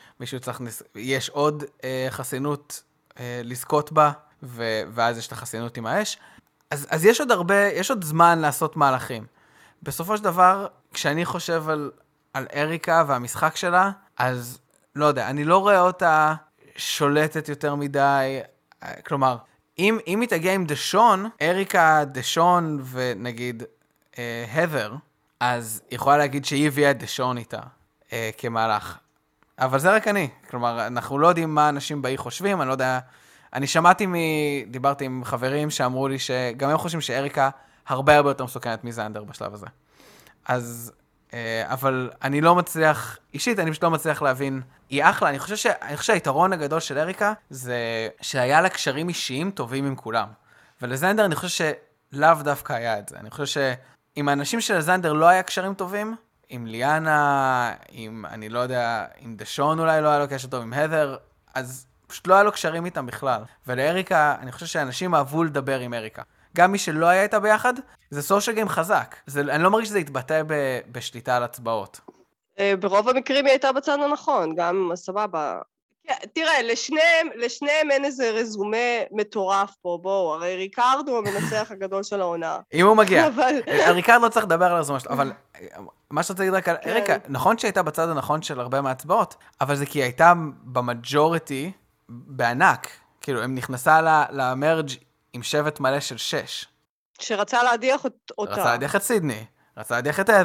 יש עוד חסינות לזכות בה, ואז יש את החסינות עם האש. אז יש עוד זמן לעשות מהלכים. בסופו של דבר, כשאני חושב על אריקה והמשחק שלה, אז לא יודע, אני לא רואה אותה שולטת יותר מדי. כלומר, אם היא תגיע עם דשון, אריקה, דשון ונגיד הת'ר, אז היא יכולה להגיד שהיא הביאה את דשון איתה כמהלך. אבל זה רק אני. כלומר, אנחנו לא יודעים מה אנשים באי חושבים, אני לא יודע. אני דיברתי עם חברים שאמרו לי שגם הם חושבים שאריקה הרבה יותר מסוכנת מזנדר בשלב הזה. אז, אבל אני לא מצליח, אישית אני פשוט לא מצליח להבין, היא אחלה, אני חושב שהיתרון הגדול של אריקה זה שהיה לה קשרים אישיים טובים עם כולם. ולזנדר אני חושב שלאו דווקא היה את זה. אני חושב שאם האנשים של זנדר לא היה קשרים טובים, עם ליאנה, אני לא יודע, עם דשון אולי לא היה לו קשר טוב, עם הת'ר, אז פשוט לא היה לו קשרים איתם בכלל. ולאריקה, אני חושב שאנשים אהבו לדבר עם אריקה. גם מי שלא היה איתה ביחד, זה סושיאל גיים חזק. אני לא מרגיש שזה יתבטא בשליטה על הצבעות. ברוב המקרים היא הייתה בצד הנכון, גם סבבה. תראה, לשניהם אין איזה רזומה מטורף פה, בואו, הרי ריקארד הוא המנצח הגדול של העונה. אם הוא מגיע. ריקארד לא צריך לדבר על הרזומה שלו, אבל מה שאתה תגיד רק על אריקה, נכון שהייתה בצד הנכון של הרבה מהצבעות, אבל זה כי היא הייתה במג'וריטי בענק. כאילו, הם נכנסה למרג' עם שבט מלא של 6. שרצה להדיח אותה. רצה להדיח את סידני, רצה להדיח את הת'ר,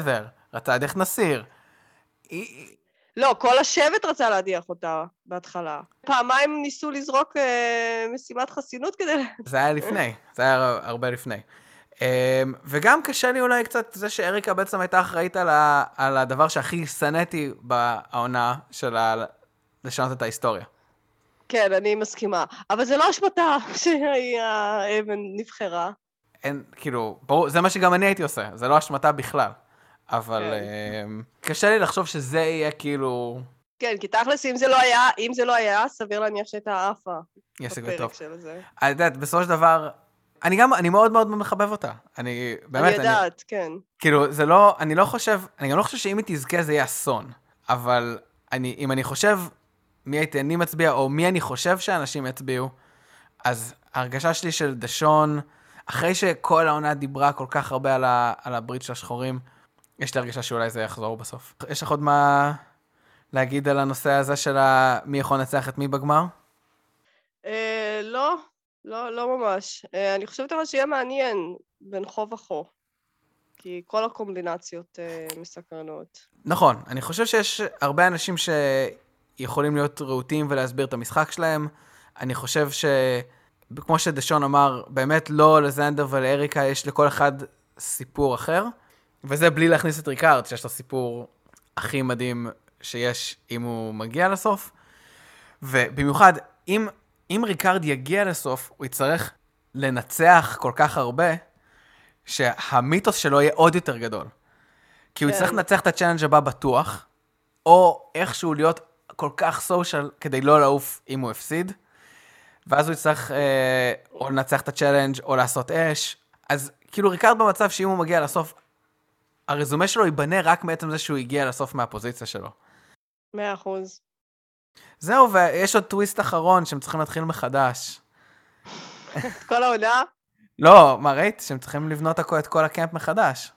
רצה להדיח נסיר. לא, כל השבט רצה להדיח אותה בהתחלה. פעמיים ניסו לזרוק משימת חסינות כדי... זה היה לפני, זה היה הרבה לפני. וגם קשה לי אולי קצת זה שאריקה בעצם הייתה אחראית על הדבר שהכי שנאתי בעונה שלה לשנות את ההיסטוריה. כן, אני מסכימה. אבל זה לא אשמתה שהאבן נבחרה. אין, כאילו, ברור, זה מה שגם אני הייתי עושה, זה לא אשמתה בכלל. אבל קשה לי לחשוב שזה יהיה כאילו... כן, כי תכלס, אם זה לא היה, סביר להניח שהייתה עפה. יש סיכוי טוב. של זה. אני יודעת, בסופו של דבר, אני מאוד מאוד מחבב אותה. באמת, אני יודעת, כן. כאילו, זה לא, אני גם לא חושב שאם היא תזכה זה יהיה אסון. אבל אם אני חושב מי אני מצביע, או מי אני חושב שאנשים יצביעו, אז ההרגשה שלי של דשון, אחרי שכל העונה דיברה כל כך הרבה על הברית של השחורים, יש לי הרגשה שאולי זה יחזור בסוף. יש לך עוד מה להגיד על הנושא הזה של מי יכול לנצח את מי בגמר? לא ממש. אני חושבת אבל שיהיה מעניין בין חו וחו. כי כל הקומבינציות מסקרנות. נכון, אני חושב שיש הרבה אנשים שיכולים להיות רהוטים ולהסביר את המשחק שלהם. אני חושב כמו שדשון אמר, באמת לא לזנדר ולאריקה יש לכל אחד סיפור אחר. וזה בלי להכניס את ריקארד, שיש לו סיפור הכי מדהים שיש אם הוא מגיע לסוף. ובמיוחד, אם ריקארד יגיע לסוף, הוא יצטרך לנצח כל כך הרבה, שהמיתוס שלו יהיה עוד יותר גדול. כי הוא יצטרך לנצח את הצ'אלנג' הבא בטוח, או איכשהו להיות כל כך סושיאל כדי לא לעוף אם הוא הפסיד, ואז הוא יצטרך או לנצח את הצ'אלנג' או לעשות אש. אז כאילו ריקארד במצב שאם הוא מגיע לסוף, הרזומה שלו ייבנה רק מעצם זה שהוא הגיע לסוף מהפוזיציה שלו. 100%. זהו, ויש עוד טוויסט אחרון שהם צריכים להתחיל מחדש. כל העונה? לא, מה ראית? שהם צריכים לבנות את כל הקמפ מחדש.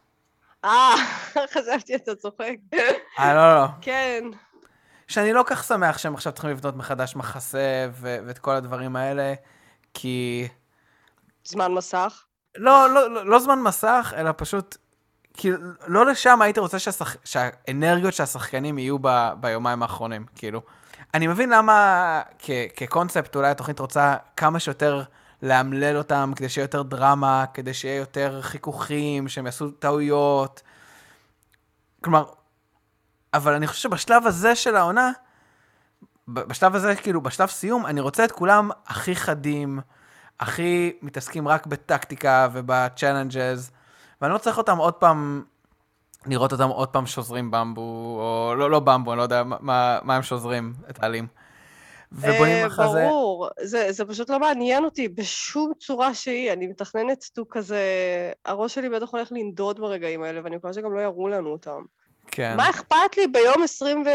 חשבתי אתה צוחק. לא. כן. שאני לא כך שמח שהם עכשיו צריכים לבנות מחדש מחסה ואת כל הדברים האלה, כי... זמן מסך? לא זמן מסך, אלא פשוט... כאילו, לא לשם הייתי רוצה שהאנרגיות שהשחקנים יהיו ביומיים האחרונים, כאילו. אני מבין למה כקונספט אולי התוכנית רוצה כמה שיותר להמלל אותם, כדי שיהיה יותר דרמה, כדי שיהיה יותר חיכוכים, שהם יעשו טעויות. כלומר, אבל אני חושב שבשלב הזה של העונה, בשלב הזה, כאילו, בשלב סיום, אני רוצה את כולם הכי חדים, הכי מתעסקים רק בטקטיקה ובצ'אלנג'ז, ואני לא צריך אותם עוד פעם, לראות אותם עוד פעם שוזרים במבו, או לא במבו, אני לא יודע מה הם שוזרים, את העלים. ובונים אחרי זה... ברור, זה פשוט לא מעניין אותי בשום צורה שהיא, אני מתכננת כזה, הראש שלי בטח הולך לנדוד ברגעים האלה, ואני מקווה שגם לא יראו לנו אותם. כן. מה אכפת לי ביום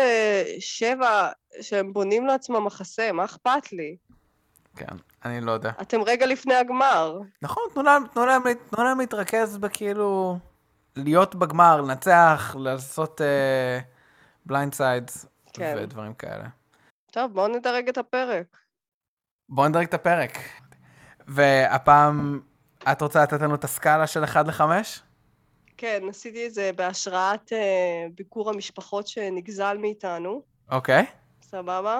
27 שהם בונים לעצמם מחסה? מה אכפת לי? כן, אני לא יודע. אתם רגע לפני הגמר. נכון, תנו להם להתרכז בכאילו, להיות בגמר, לנצח, לעשות בליינד סיידס ודברים כאלה. טוב, בואו נדרג את הפרק. בואו נדרג את הפרק. והפעם, את רוצה לתת לנו את הסקאלה של 1-5? כן, עשיתי את זה בהשראת ביקור המשפחות שנגזל מאיתנו. אוקיי. סבבה.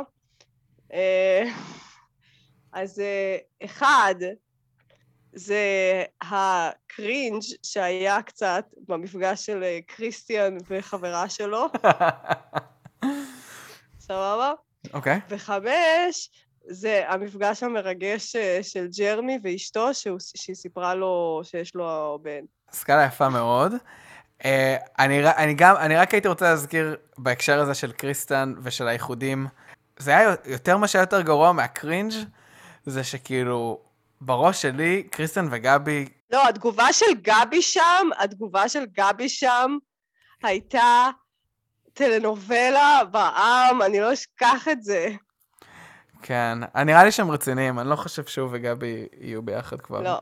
אז 1, זה הקרינג' שהיה קצת במפגש של קריסטיאן וחברה שלו. סבבה? אוקיי. 5, זה המפגש המרגש של ג'רמי ואשתו, שהיא סיפרה לו שיש לו בן. סקאלה יפה מאוד. אני רק הייתי רוצה להזכיר בהקשר הזה של קריסטיאן ושל האיחודים, זה היה יותר מה שהיה יותר גרוע מהקרינג', זה שכאילו בראש שלי קריסטיאן וגבי... לא, התגובה של גבי שם הייתה טלנובלה בעם, אני לא אשכח את זה. כן, נראה לי שהם רציניים, אני לא חושב שהוא וגבי יהיו ביחד כבר. לא.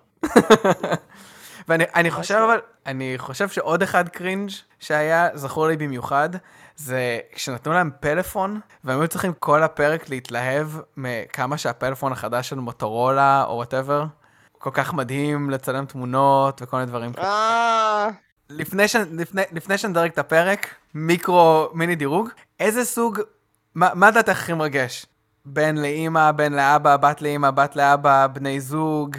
אני חושב שעוד אחד קרינג' שהיה, זכור לי במיוחד, זה כשנתנו להם פלאפון, והם היו צריכים כל הפרק להתלהב מכמה שהפלאפון החדש של מוטורולה או whatever, כל כך מדהים לצלם תמונות וכל מיני דברים כאלה. לפני שנדרג את הפרק, מיני דירוג, איזה סוג, מה דעתך הכי מרגש? בן לאמא, בן לאבא, בת לאמא, בת לאבא, בני זוג,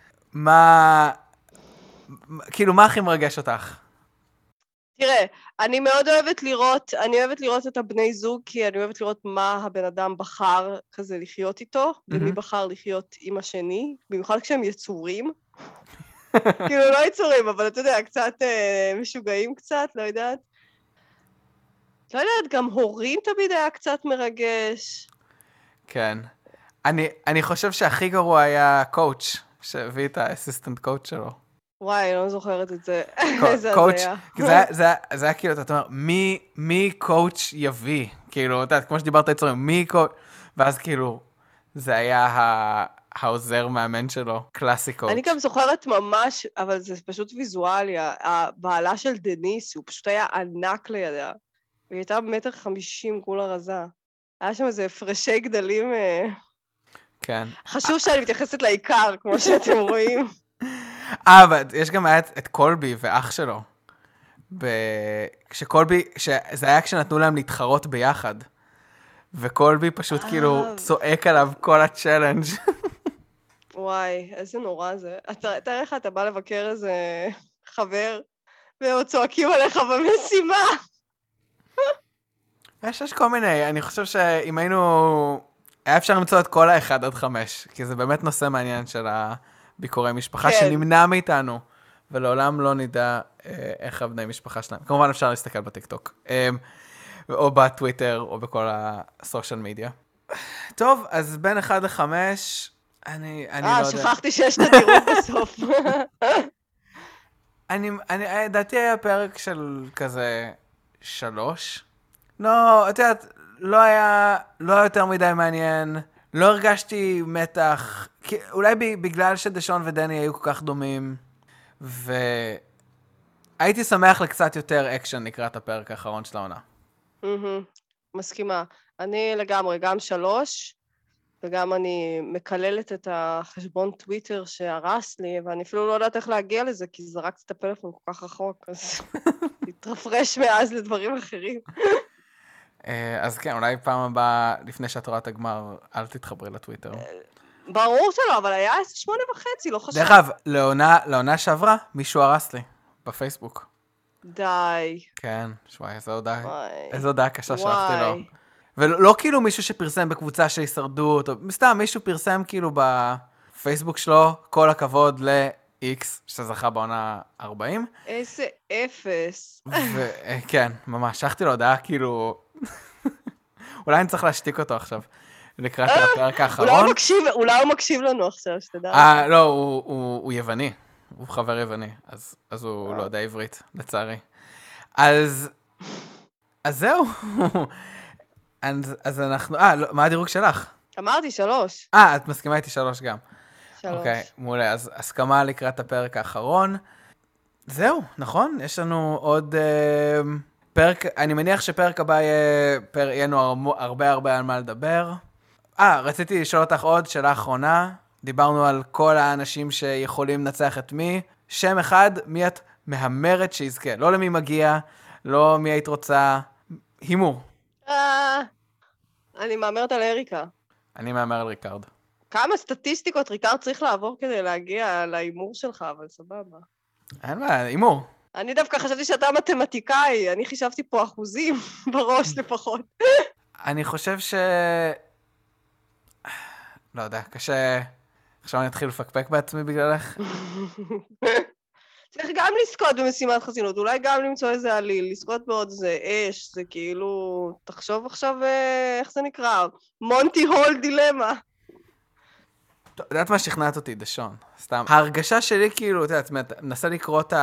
כאילו, מה הכי מרגש אותך? תראה, אני אוהבת לראות את הבני זוג, כי אני אוהבת לראות מה הבן אדם בחר כזה לחיות איתו, ומי בחר לחיות עם השני, במיוחד כשהם יצורים. כאילו, לא יצורים, אבל אתה יודע, קצת משוגעים קצת, לא יודעת. לא יודעת, גם הורים תמיד היה קצת מרגש. כן. אני חושב שהכי גרוע היה קואוץ', שהביא את האסיסטנט קואוץ' שלו. וואי, אני לא זוכרת את זה. איזה הזיה. זה היה כאילו, אתה אומר, מי קואוץ' יביא? כאילו, אתה יודע, כמו שדיברת יצורים, מי קואוץ'? ואז כאילו, זה היה העוזר מאמן שלו, קלאסי קואוץ'. אני גם זוכרת ממש, אבל זה פשוט ויזואלי, הבעלה של דניס, הוא פשוט היה ענק לידה. היא הייתה 1.50 מטר כולה רזה. היה שם איזה הפרשי גדלים. כן. חשוב שאני מתייחסת לעיקר, כמו שאתם רואים. אבל יש גם את קולבי ואח שלו. זה היה כשנתנו להם להתחרות ביחד. וקולבי פשוט כאילו צועק עליו כל הצ'לנג'. וואי, איזה נורא זה. תראה איך אתה בא לבקר איזה חבר, ועוד צועקים עליך במשימה. יש כל מיני, אני חושב שאם היה אפשר למצוא את כל 1-5, כי זה באמת נושא מעניין של הביקורי משפחה, שנמנע מאיתנו, ולעולם לא נדע איך הבני משפחה שלהם. כמובן אפשר להסתכל בטיקטוק, או בטוויטר, או בכל הסושיאל מדיה. טוב, אז בין 1-5, אני לא יודע. שכחתי שיש את הדירוג בסוף. דעתי היה פרק של כזה 3. לא, את יודעת, לא היה יותר מדי מעניין, לא הרגשתי מתח, אולי בגלל שדשון ודני היו כל כך דומים, והייתי שמח לקצת יותר אקשן לקראת הפרק האחרון של העונה. מסכימה. אני לגמרי, גם 3, וגם אני מקללת את החשבון טוויטר שהרס לי, ואני אפילו לא יודעת איך להגיע לזה, כי זרקתי את הפלאפון כל כך רחוק, אז התרפרש מאז לדברים אחרים. אז כן, אולי פעם הבאה, לפני שאת רואה את הגמר, אל תתחברי לטוויטר. ברור שלא, אבל היה 8.5, לא חשב. דרך אגב, לעונה שעברה, מישהו הרס לי, בפייסבוק. די. כן, שוואי, איזו הודעה קשה שלחתי לו. ולא כאילו מישהו שפרסם בקבוצה של הישרדות, או סתם מישהו פרסם כאילו בפייסבוק שלו, כל הכבוד ל-X, שזכה בעונה 40. איזה אפס. כן, ממש, שלחתי לו הודעה כאילו... אולי אני צריך להשתיק אותו עכשיו, לקראת הפרק האחרון. אולי הוא מקשיב לנו עכשיו, שתדע. לא, הוא יווני, הוא חבר יווני, אז הוא לא יודע עברית, לצערי. אז זהו. אז אנחנו, מה הדירוג שלך? אמרתי 3. את מסכימה איתי 3 גם. 3. אוקיי, מעולה, אז הסכמה לקראת הפרק האחרון. זהו, נכון? יש לנו עוד פרק, אני מניח שפרק הבא יהיה לנו הרבה על מה לדבר. רציתי לשאול אותך עוד, שאלה אחרונה. דיברנו על כל האנשים שיכולים לנצח את מי. שם אחד, מי את מהמרת שיזכה? לא למי מגיע, לא מי היית רוצה. הימור. אני מאמרת על אריקה. אני מאמר על ריקארד. כמה סטטיסטיקות ריקארד צריך לעבור כדי להגיע להימור שלך, אבל סבבה. אין בעיה, הימור. אני דווקא חשבתי שאתה מתמטיקאי, אני חישבתי פה אחוזים בראש לפחות. אני חושב לא יודע, קשה... עכשיו אני אתחיל לפקפק בעצמי בגללך. צריך גם לזכות במשימת חסינות, אולי גם למצוא איזה עליל, לזכות בעוד זה אש, זה כאילו... תחשוב עכשיו, איך זה נקרא? מונטי הול דילמה. יודעת מה שכנעת אותי, דשון? סתם. ההרגשה שלי כאילו, אתה יודעת, מנסה לקרוא את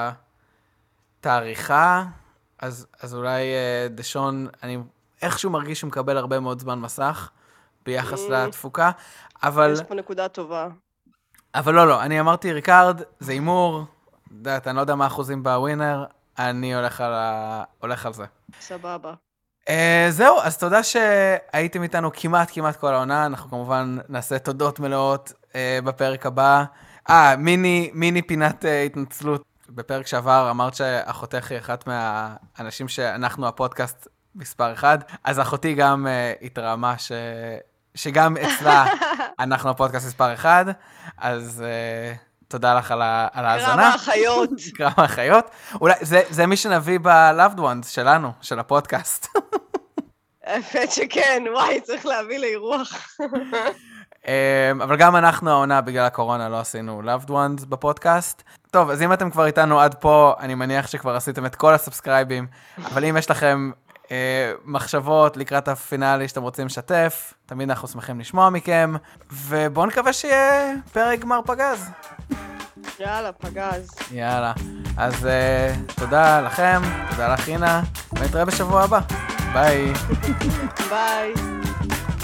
העריכה, אז אולי דשון, אני איכשהו מרגיש שהוא מקבל הרבה מאוד זמן מסך, ביחס לתפוקה, אבל... יש פה נקודה טובה. אבל לא, אני אמרתי, ריקארד, זה הימור, יודעת, אני לא יודע מה האחוזים בווינר, אני הולך על זה. סבבה. זהו, אז תודה שהייתם איתנו כמעט כל העונה, אנחנו כמובן נעשה תודות מלאות בפרק הבא. מיני פינת התנצלות בפרק שעבר אמרת שאחותך היא אחת מהאנשים שאנחנו הפודקאסט מספר 1, אז אחותי גם התרעמה שגם אצלה אנחנו הפודקאסט מספר 1, אז תודה לך על ההאזנה. קרב האחיות. קרב האחיות. אולי זה מי שנביא ב-Loved Ones שלנו, של הפודקאסט. האמת שכן, וואי, צריך להביא לאירוח. אבל גם אנחנו העונה בגלל הקורונה לא עשינו Loved Ones בפודקאסט. טוב, אז אם אתם כבר איתנו עד פה, אני מניח שכבר עשיתם את כל הסאבסקרייבים, אבל אם יש לכם מחשבות לקראת הפינאלי שאתם רוצים לשתף, תמיד אנחנו שמחים לשמוע מכם, ובואו נקווה שיהיה פרק גמר פגז. יאללה, פגז. יאללה. אז תודה לכם, תודה לך אינה, ונתראה בשבוע הבא. ביי. ביי.